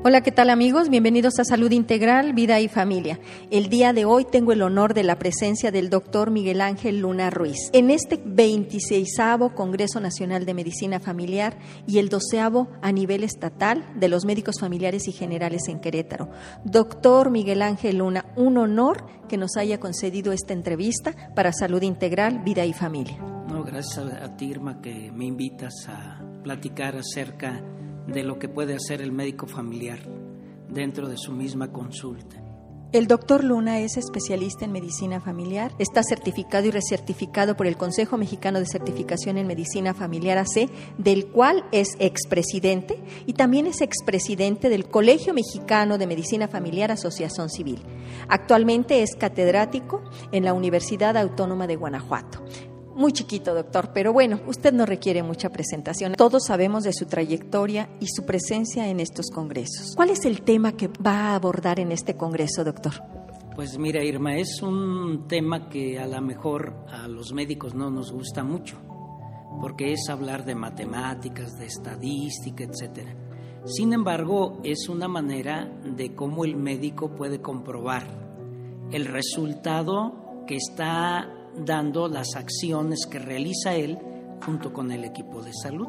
Hola, ¿qué tal amigos? Bienvenidos a Salud Integral, Vida y Familia. El día de hoy tengo el honor de la presencia del doctor Miguel Ángel Luna Ruiz en este 26º Congreso Nacional de Medicina Familiar y el 12º a nivel estatal de los médicos familiares y generales en Querétaro. Doctor Miguel Ángel Luna, un honor que nos haya concedido esta entrevista para Salud Integral, Vida y Familia. No, gracias a ti, Irma, que me invitas a platicar acerca de lo que puede hacer el médico familiar dentro de su misma consulta. El doctor Luna es especialista en medicina familiar, está certificado y recertificado por el Consejo Mexicano de Certificación en Medicina Familiar AC, del cual es expresidente, y también es expresidente del Colegio Mexicano de Medicina Familiar Asociación Civil. Actualmente es catedrático en la Universidad Autónoma de Guanajuato. Muy chiquito, doctor, pero bueno, usted no requiere mucha presentación. Todos sabemos de su trayectoria y su presencia en estos congresos. ¿Cuál es el tema que va a abordar en este congreso, doctor? Pues mira, Irma, es un tema que a lo mejor a los médicos no nos gusta mucho, porque es hablar de matemáticas, de estadística, etcétera. Sin embargo, es una manera de cómo el médico puede comprobar el resultado que está dando las acciones que realiza él junto con el equipo de salud.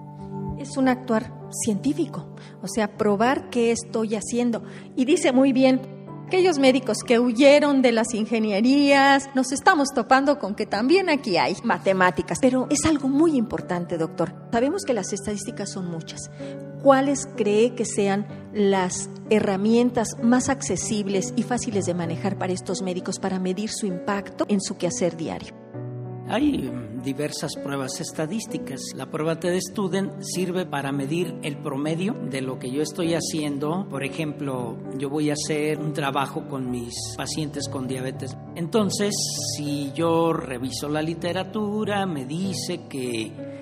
Es un actuar científico, o sea, probar qué estoy haciendo. Y dice muy bien, aquellos médicos que huyeron de las ingenierías, nos estamos topando con que también aquí hay matemáticas. Pero es algo muy importante, doctor. Sabemos que las estadísticas son muchas. ¿Cuáles cree que sean las herramientas más accesibles y fáciles de manejar para estos médicos para medir su impacto en su quehacer diario? Hay diversas pruebas estadísticas. La prueba TED-Student sirve para medir el promedio de lo que yo estoy haciendo. Por ejemplo, yo voy a hacer un trabajo con mis pacientes con diabetes. Entonces, si yo reviso la literatura, me dice que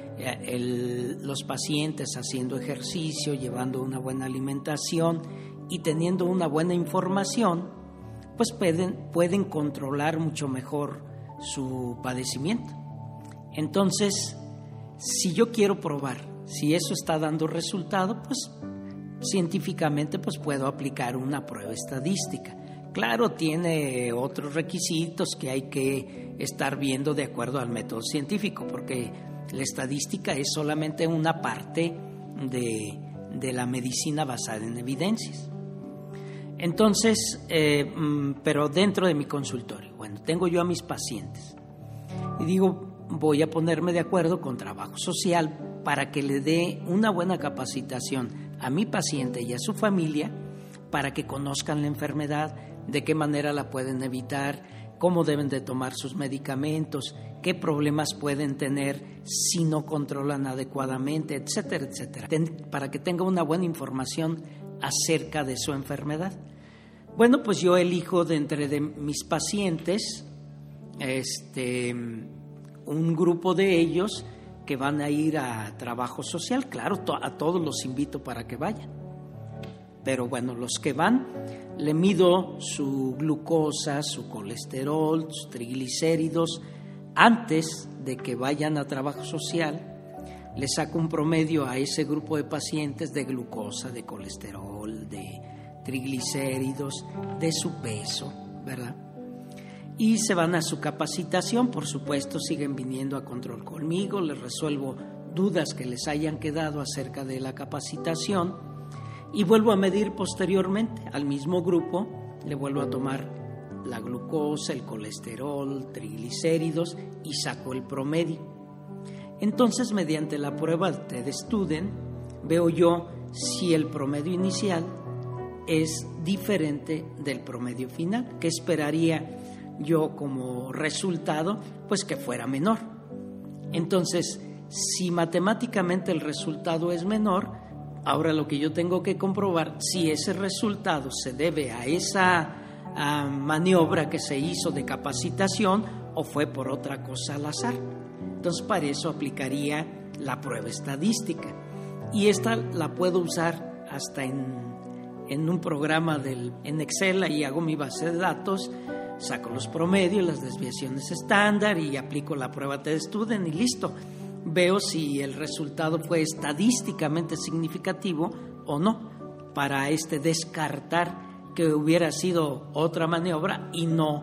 los pacientes haciendo ejercicio, llevando una buena alimentación y teniendo una buena información, pues pueden controlar mucho mejor su padecimiento. Entonces, si yo quiero probar si eso está dando resultado, pues científicamente pues puedo aplicar una prueba estadística. Claro, tiene otros requisitos que hay que estar viendo de acuerdo al método científico, porque la estadística es solamente una parte de la medicina basada en evidencias. Entonces, pero dentro de mi consultorio, bueno, tengo yo a mis pacientes y digo, voy a ponerme de acuerdo con trabajo social para que le dé una buena capacitación a mi paciente y a su familia para que conozcan la enfermedad, de qué manera la pueden evitar, cómo deben de tomar sus medicamentos, qué problemas pueden tener si no controlan adecuadamente, etcétera, etcétera, para que tenga una buena información acerca de su enfermedad. Bueno, pues yo elijo de entre mis pacientes un grupo de ellos que van a ir a trabajo social. Claro, a todos los invito para que vayan. Pero bueno, los que van, le mido su glucosa, su colesterol, sus triglicéridos. Antes de que vayan a trabajo social, le saco un promedio a ese grupo de pacientes de glucosa, de colesterol, de triglicéridos, de su peso, ¿verdad? Y se van a su capacitación, por supuesto, siguen viniendo a control conmigo, les resuelvo dudas que les hayan quedado acerca de la capacitación y vuelvo a medir posteriormente al mismo grupo, le vuelvo a tomar la glucosa, el colesterol, triglicéridos y saco el promedio. Entonces, mediante la prueba de TED-Student, veo yo si el promedio inicial es diferente del promedio final. ¿Qué esperaría yo como resultado? Pues que fuera menor. Entonces, si matemáticamente el resultado es menor, ahora lo que yo tengo que comprobar si ese resultado se debe a esa maniobra que se hizo de capacitación o fue por otra cosa al azar. Entonces, para eso aplicaría la prueba estadística. Y esta la puedo usar hasta en un programa en Excel. Ahí hago mi base de datos, saco los promedios, las desviaciones estándar y aplico la prueba TED-Student y listo. Veo si el resultado fue estadísticamente significativo o no. para descartar que hubiera sido otra maniobra y no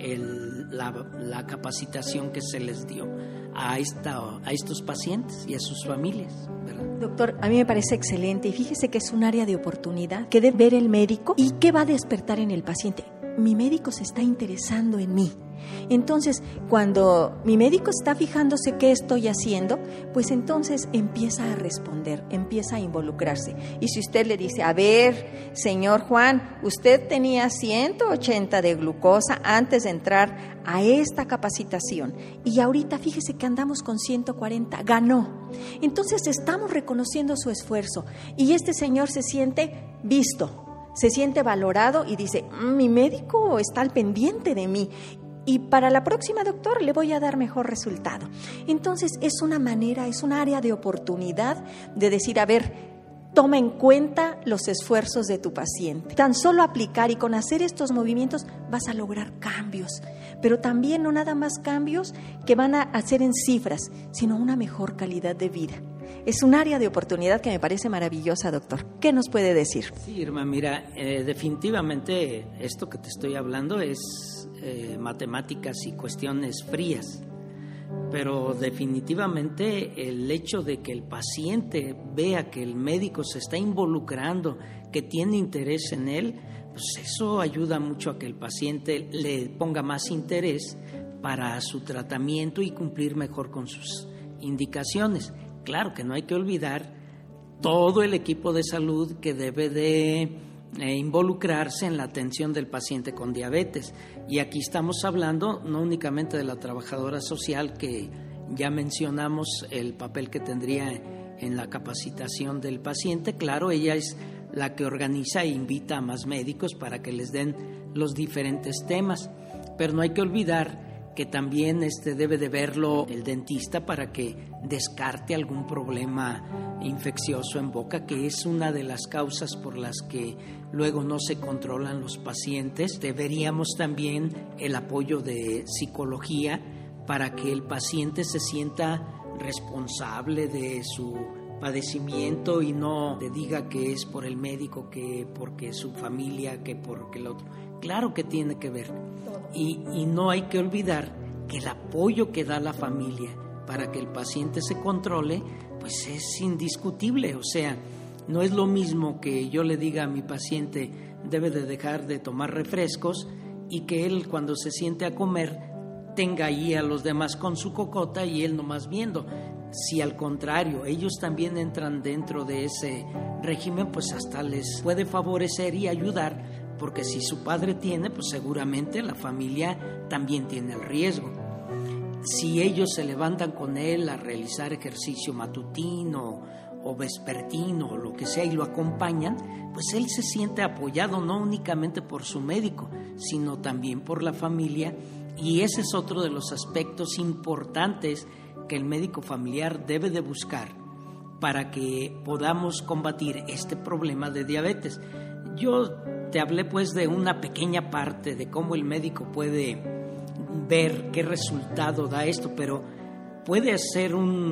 la capacitación que se les dio a estos pacientes y a sus familias, ¿verdad? Doctor, a mí me parece excelente y fíjese que es un área de oportunidad que debe ver el médico y que va a despertar en el paciente. Mi médico se está interesando en mí. Entonces, cuando mi médico está fijándose qué estoy haciendo, pues entonces empieza a responder, empieza a involucrarse. Y si usted le dice, a ver, señor Juan, usted tenía 180 de glucosa antes de entrar a esta capacitación y ahorita fíjese que andamos con 140, ganó. Entonces estamos reconociendo su esfuerzo y este señor se siente visto, se siente valorado y dice, mi médico está al pendiente de mí. Y para la próxima, doctor, le voy a dar mejor resultado. Entonces, es una manera, es un área de oportunidad de decir, a ver, toma en cuenta los esfuerzos de tu paciente. Tan solo aplicar y con hacer estos movimientos vas a lograr cambios, pero también no nada más cambios que van a hacer en cifras, sino una mejor calidad de vida. Es un área de oportunidad que me parece maravillosa, doctor. ¿Qué nos puede decir? Sí, Irma, mira, definitivamente esto que te estoy hablando es matemáticas y cuestiones frías, pero definitivamente el hecho de que el paciente vea que el médico se está involucrando, que tiene interés en él, pues eso ayuda mucho a que el paciente le ponga más interés para su tratamiento y cumplir mejor con sus indicaciones. Claro que no hay que olvidar todo el equipo de salud que debe de involucrarse en la atención del paciente con diabetes. Y aquí estamos hablando no únicamente de la trabajadora social, que ya mencionamos el papel que tendría en la capacitación del paciente. Claro, ella es la que organiza e invita a más médicos para que les den los diferentes temas, pero no hay que olvidar que también debe de verlo el dentista para que descarte algún problema infeccioso en boca, que es una de las causas por las que luego no se controlan los pacientes. Deberíamos también el apoyo de psicología para que el paciente se sienta responsable de su padecimiento y no le diga que es por el médico, que porque su familia, que porque el otro. Claro que tiene que ver. Y no hay que olvidar que el apoyo que da la familia para que el paciente se controle, pues es indiscutible. O sea, no es lo mismo que yo le diga a mi paciente debe de dejar de tomar refrescos y que él cuando se siente a comer tenga ahí a los demás con su cocota y él nomás viendo. Si al contrario ellos también entran dentro de ese régimen, pues hasta les puede favorecer y ayudar, porque si su padre tiene, pues seguramente la familia también tiene el riesgo. Si ellos se levantan con él a realizar ejercicio matutino o vespertino o lo que sea y lo acompañan, pues él se siente apoyado no únicamente por su médico, sino también por la familia, y ese es otro de los aspectos importantes que el médico familiar debe de buscar para que podamos combatir este problema de diabetes. Yo te hablé pues de una pequeña parte de cómo el médico puede ver qué resultado da esto, pero puede hacer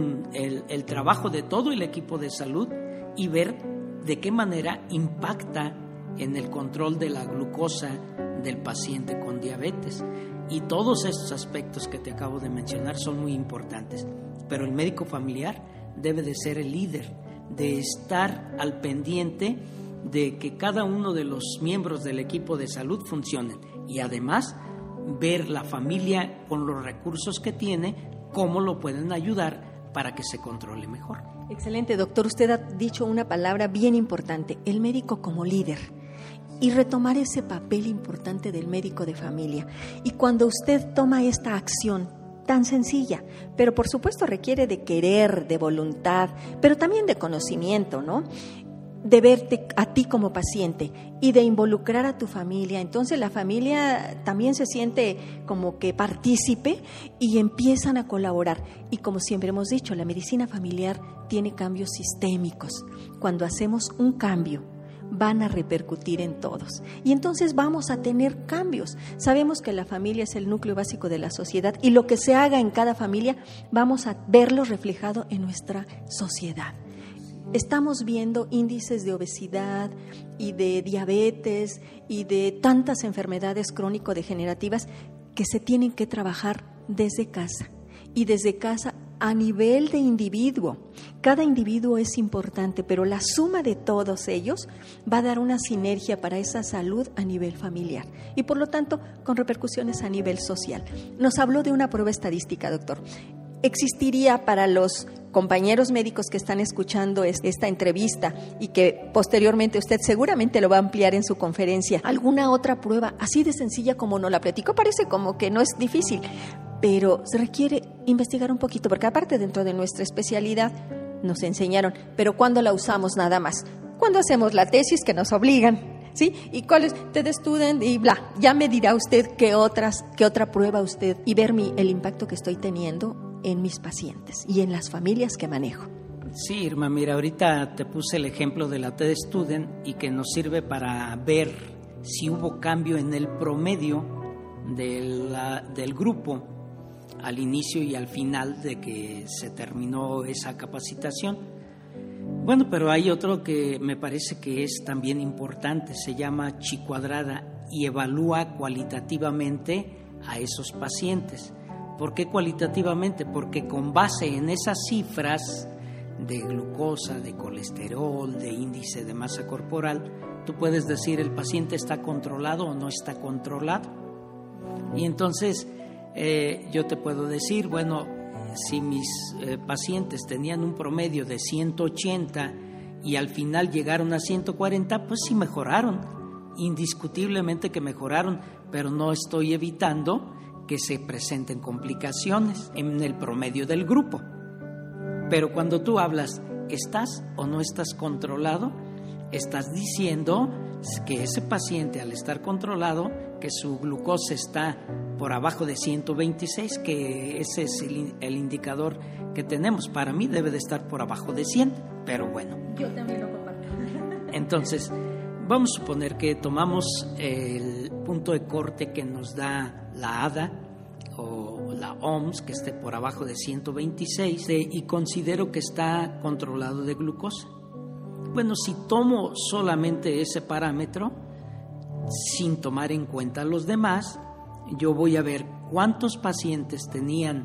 el trabajo de todo el equipo de salud y ver de qué manera impacta en el control de la glucosa del paciente con diabetes. Y todos estos aspectos que te acabo de mencionar son muy importantes, pero el médico familiar debe de ser el líder, de estar al pendiente de que cada uno de los miembros del equipo de salud funcionen y además ver la familia con los recursos que tiene, cómo lo pueden ayudar para que se controle mejor. Excelente, doctor. Usted ha dicho una palabra bien importante, el médico como líder, y retomar ese papel importante del médico de familia. Y cuando usted toma esta acción tan sencilla, pero por supuesto requiere de querer, de voluntad, pero también de conocimiento, ¿no?, de verte a ti como paciente y de involucrar a tu familia. Entonces la familia también se siente como que partícipe y empiezan a colaborar. Y como siempre hemos dicho, la medicina familiar tiene cambios sistémicos. Cuando hacemos un cambio, van a repercutir en todos. Y entonces vamos a tener cambios. Sabemos que la familia es el núcleo básico de la sociedad y lo que se haga en cada familia vamos a verlo reflejado en nuestra sociedad. estamos viendo índices de obesidad y de diabetes y de tantas enfermedades crónico-degenerativas que se tienen que trabajar desde casa y desde casa a nivel de individuo. Cada individuo es importante, pero la suma de todos ellos va a dar una sinergia para esa salud a nivel familiar y por lo tanto con repercusiones a nivel social. Nos habló de una prueba estadística, doctor. ¿Existiría para los compañeros médicos que están escuchando esta entrevista y que posteriormente usted seguramente lo va a ampliar en su conferencia, alguna otra prueba así de sencilla como nos la platicó? Parece como que no es difícil, pero se requiere investigar un poquito, porque aparte dentro de nuestra especialidad nos enseñaron, pero ¿cuándo la usamos nada más? Cuando hacemos la tesis que nos obligan, ¿sí? ¿Y cuál es? Te student y bla. Ya me dirá usted qué otra prueba usted y ver el impacto que estoy teniendo en mis pacientes y en las familias que manejo. Sí, Irma, mira, ahorita te puse el ejemplo de la TED Student y que nos sirve para ver si hubo cambio en el promedio del grupo al inicio y al final de que se terminó esa capacitación. Bueno, pero hay otro que me parece que es también importante, se llama Chi-Cuadrada y evalúa cualitativamente a esos pacientes. ¿Por qué cualitativamente? Porque con base en esas cifras de glucosa, de colesterol, de índice de masa corporal, tú puedes decir el paciente está controlado o no está controlado. Y entonces yo te puedo decir, bueno, si mis pacientes tenían un promedio de 180 y al final llegaron a 140, pues sí mejoraron, indiscutiblemente que mejoraron, pero no estoy evitando que se presenten complicaciones en el promedio del grupo. Pero cuando tú hablas, ¿estás o no estás controlado? Estás diciendo que ese paciente, al estar controlado, que su glucosa está por abajo de 126, que ese es el indicador que tenemos. Para mí debe de estar por abajo de 100, pero bueno. Yo también lo comparto. Entonces, vamos a suponer que tomamos el punto de corte que nos da la ADA o la OMS, que esté por abajo de 126 y considero que está controlado de glucosa. Bueno, si tomo solamente ese parámetro, sin tomar en cuenta los demás, yo voy a ver cuántos pacientes tenían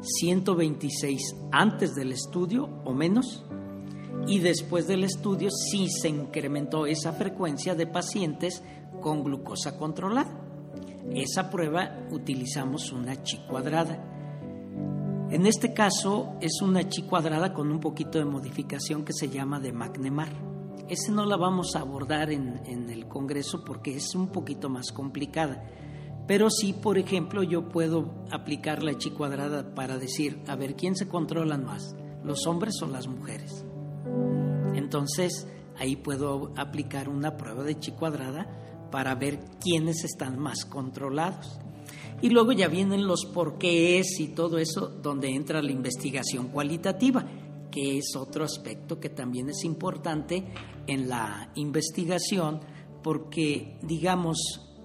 126 antes del estudio o menos, y después del estudio sí se incrementó esa frecuencia de pacientes con glucosa controlada. Esa prueba utilizamos una Chi-Cuadrada. En este caso es una Chi-Cuadrada con un poquito de modificación que se llama de McNemar. Ese no la vamos a abordar en el congreso porque es un poquito más complicada. Pero sí, por ejemplo, yo puedo aplicar la Chi-Cuadrada para decir, a ver, ¿quién se controlan más? ¿Los hombres o las mujeres? Entonces, ahí puedo aplicar una prueba de Chi-Cuadrada para ver quiénes están más controlados. Y luego ya vienen los porqués y todo eso, donde entra la investigación cualitativa, que es otro aspecto que también es importante en la investigación, porque, digamos,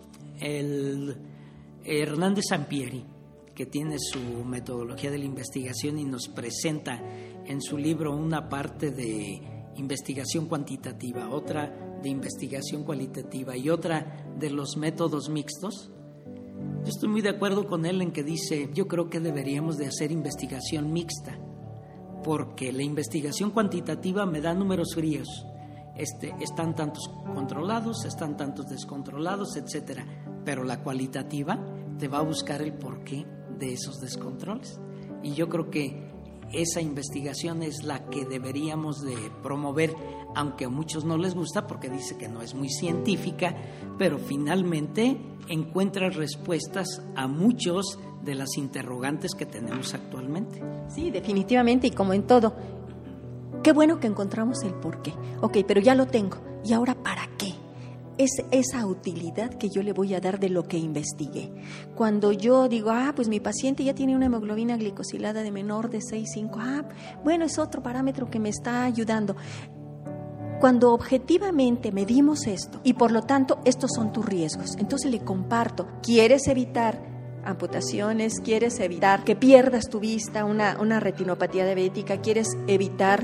el Hernández Sampieri, que tiene su metodología de la investigación y nos presenta en su libro una parte de investigación cuantitativa, otra de investigación cualitativa y otra de los métodos mixtos. Yo estoy muy de acuerdo con él en que dice, yo creo que deberíamos de hacer investigación mixta, porque la investigación cuantitativa me da números fríos. Están tantos controlados, están tantos descontrolados, etcétera. Pero la cualitativa te va a buscar el porqué de esos descontroles. Y yo creo que esa investigación es la que deberíamos de promover, aunque a muchos no les gusta porque dice que no es muy científica, pero finalmente encuentra respuestas a muchos de las interrogantes que tenemos actualmente. Sí, definitivamente, y como en todo, qué bueno que encontramos el porqué. Ok, pero ya lo tengo, ¿y ahora para qué? Es esa utilidad que yo le voy a dar de lo que investigué. Cuando yo digo, pues mi paciente ya tiene una hemoglobina glicosilada de menor de 6,5, bueno, es otro parámetro que me está ayudando. Cuando objetivamente medimos esto y por lo tanto estos son tus riesgos, entonces le comparto, ¿quieres evitar amputaciones? ¿Quieres evitar que pierdas tu vista, una retinopatía diabética? ¿Quieres evitar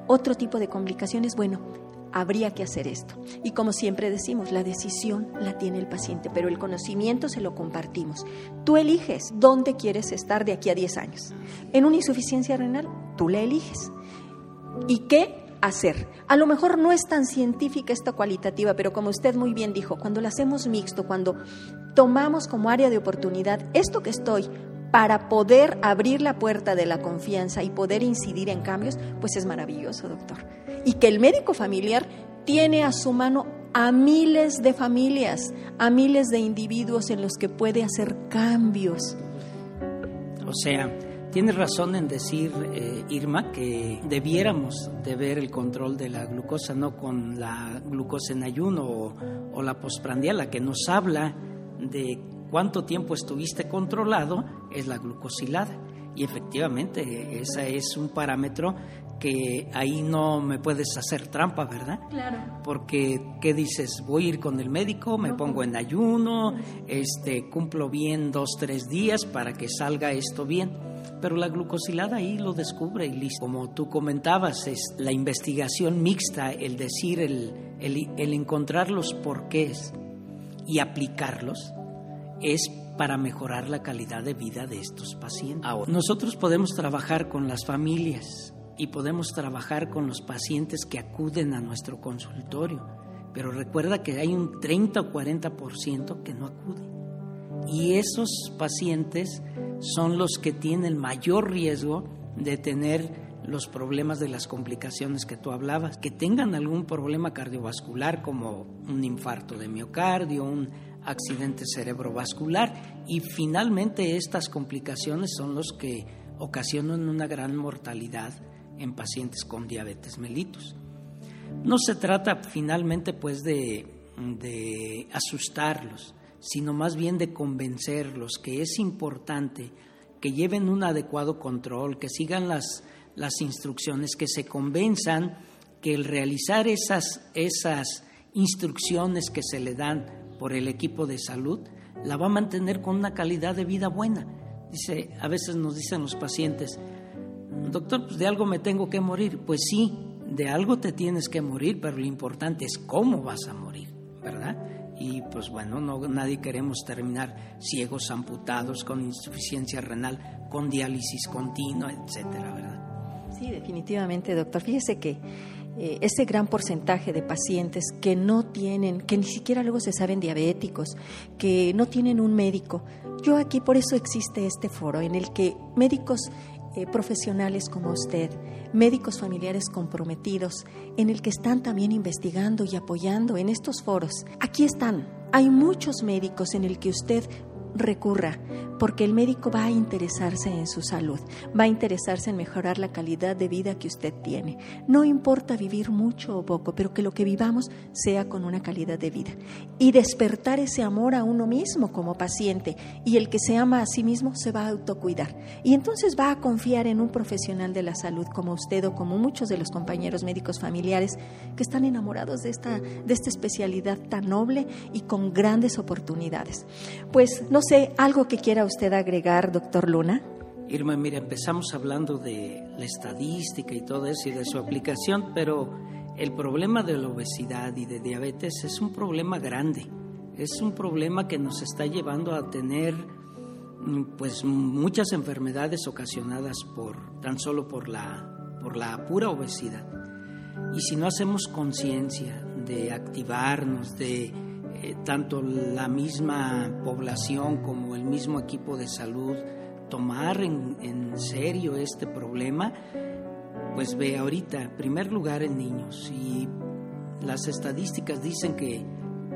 otro tipo de complicaciones, bueno, habría que hacer esto. Y como siempre decimos, la decisión la tiene el paciente, pero el conocimiento se lo compartimos. Tú eliges dónde quieres estar de aquí a 10 años. En una insuficiencia renal, tú la eliges. ¿Y qué hacer? A lo mejor no es tan científica esta cualitativa, pero como usted muy bien dijo, cuando la hacemos mixto, cuando tomamos como área de oportunidad esto que estoy para poder abrir la puerta de la confianza y poder incidir en cambios, pues es maravilloso, doctor. Y que el médico familiar tiene a su mano a miles de familias, a miles de individuos en los que puede hacer cambios. O sea, tienes razón en decir, Irma, que debiéramos de ver el control de la glucosa, no con la glucosa en ayuno o la postprandial, la que nos habla de cuánto tiempo estuviste controlado, es la glucosilada. Y efectivamente, ese es un parámetro que ahí no me puedes hacer trampa, ¿verdad? Claro. Porque, ¿qué dices? Voy a ir con el médico, me pongo en ayuno, cumplo bien 2-3 días para que salga esto bien. Pero la glucosilada ahí lo descubre y listo. Como tú comentabas, es la investigación mixta, el decir, el encontrar los porqués y aplicarlos, es para mejorar la calidad de vida de estos pacientes. Ahora, nosotros podemos trabajar con las familias y podemos trabajar con los pacientes que acuden a nuestro consultorio, pero recuerda que hay un 30 o 40% que no acude. Y esos pacientes son los que tienen el mayor riesgo de tener los problemas de las complicaciones que tú hablabas, que tengan algún problema cardiovascular como un infarto de miocardio, un accidente cerebrovascular, y finalmente estas complicaciones son los que ocasionan una gran mortalidad en pacientes con diabetes mellitus. No se trata finalmente pues de asustarlos, sino más bien de convencerlos que es importante que lleven un adecuado control, que sigan las instrucciones, que se convenzan que el realizar esas instrucciones que se le dan por el equipo de salud la va a mantener con una calidad de vida buena. A veces nos dicen los pacientes: doctor, pues de algo me tengo que morir. Pues sí, de algo te tienes que morir, pero lo importante es cómo vas a morir, ¿verdad? Y pues bueno, nadie queremos terminar ciegos, amputados, con insuficiencia renal, con diálisis continua, etcétera, ¿verdad? Sí, definitivamente, doctor. Fíjese que ese gran porcentaje de pacientes que no tienen, que ni siquiera luego se saben diabéticos, que no tienen un médico. Yo aquí, por eso existe este foro en el que médicos profesionales como usted, médicos familiares comprometidos, en el que están también investigando y apoyando en estos foros. Aquí están. Hay muchos médicos en el que usted recurra, porque el médico va a interesarse en su salud, va a interesarse en mejorar la calidad de vida que usted tiene. No importa vivir mucho o poco, pero que lo que vivamos sea con una calidad de vida. Y despertar ese amor a uno mismo como paciente, y el que se ama a sí mismo se va a autocuidar. Y entonces va a confiar en un profesional de la salud como usted o como muchos de los compañeros médicos familiares que están enamorados de esta especialidad tan noble y con grandes oportunidades. Pues no sé, algo que quiera usted agregar, doctor Luna. Irma, mira, empezamos hablando de la estadística y todo eso y de su aplicación, pero el problema de la obesidad y de diabetes es un problema grande, es un problema que nos está llevando a tener pues muchas enfermedades ocasionadas tan solo por la pura obesidad. Y si no hacemos conciencia de activarnos, de tanto la misma población como el mismo equipo de salud tomar en serio este problema, pues ve ahorita, en primer lugar en niños, y las estadísticas dicen que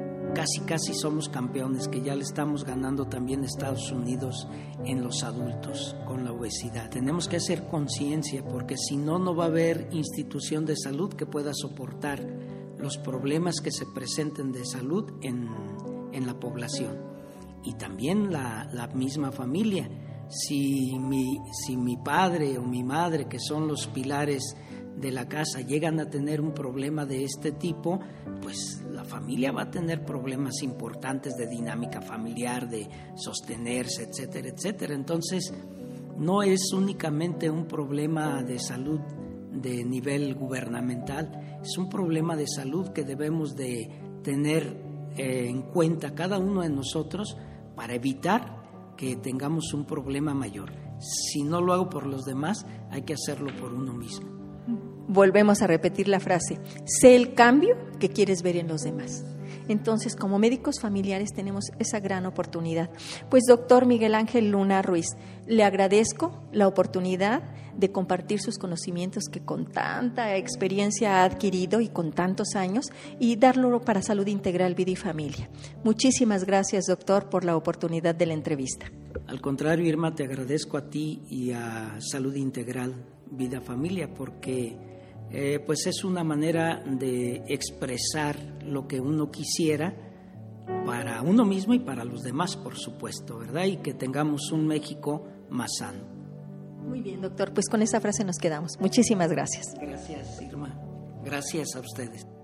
casi somos campeones, que ya le estamos ganando también a Estados Unidos en los adultos con la obesidad. Tenemos que hacer conciencia, porque si no, no va a haber institución de salud que pueda soportar los problemas que se presenten de salud en la población. Y también la misma familia. Si mi padre o mi madre, que son los pilares de la casa, llegan a tener un problema de este tipo, pues la familia va a tener problemas importantes de dinámica familiar, de sostenerse, etcétera, etcétera. Entonces, no es únicamente un problema de salud de nivel gubernamental, es un problema de salud que debemos de tener en cuenta cada uno de nosotros para evitar que tengamos un problema mayor. Si no lo hago por los demás, hay que hacerlo por uno mismo. Volvemos a repetir la frase: sé el cambio que quieres ver en los demás. Entonces, como médicos familiares tenemos esa gran oportunidad. Pues, doctor Miguel Ángel Luna Ruiz, le agradezco la oportunidad de compartir sus conocimientos que con tanta experiencia ha adquirido y con tantos años, y darlo para Salud Integral, Vida y Familia. Muchísimas gracias, doctor, por la oportunidad de la entrevista. Al contrario, Irma, te agradezco a ti y a Salud Integral, Vida, Familia, porque pues es una manera de expresar lo que uno quisiera para uno mismo y para los demás, por supuesto, ¿verdad? Y que tengamos un México más sano. Muy bien, doctor, pues con esa frase nos quedamos. Muchísimas gracias. Gracias, Irma. Gracias a ustedes.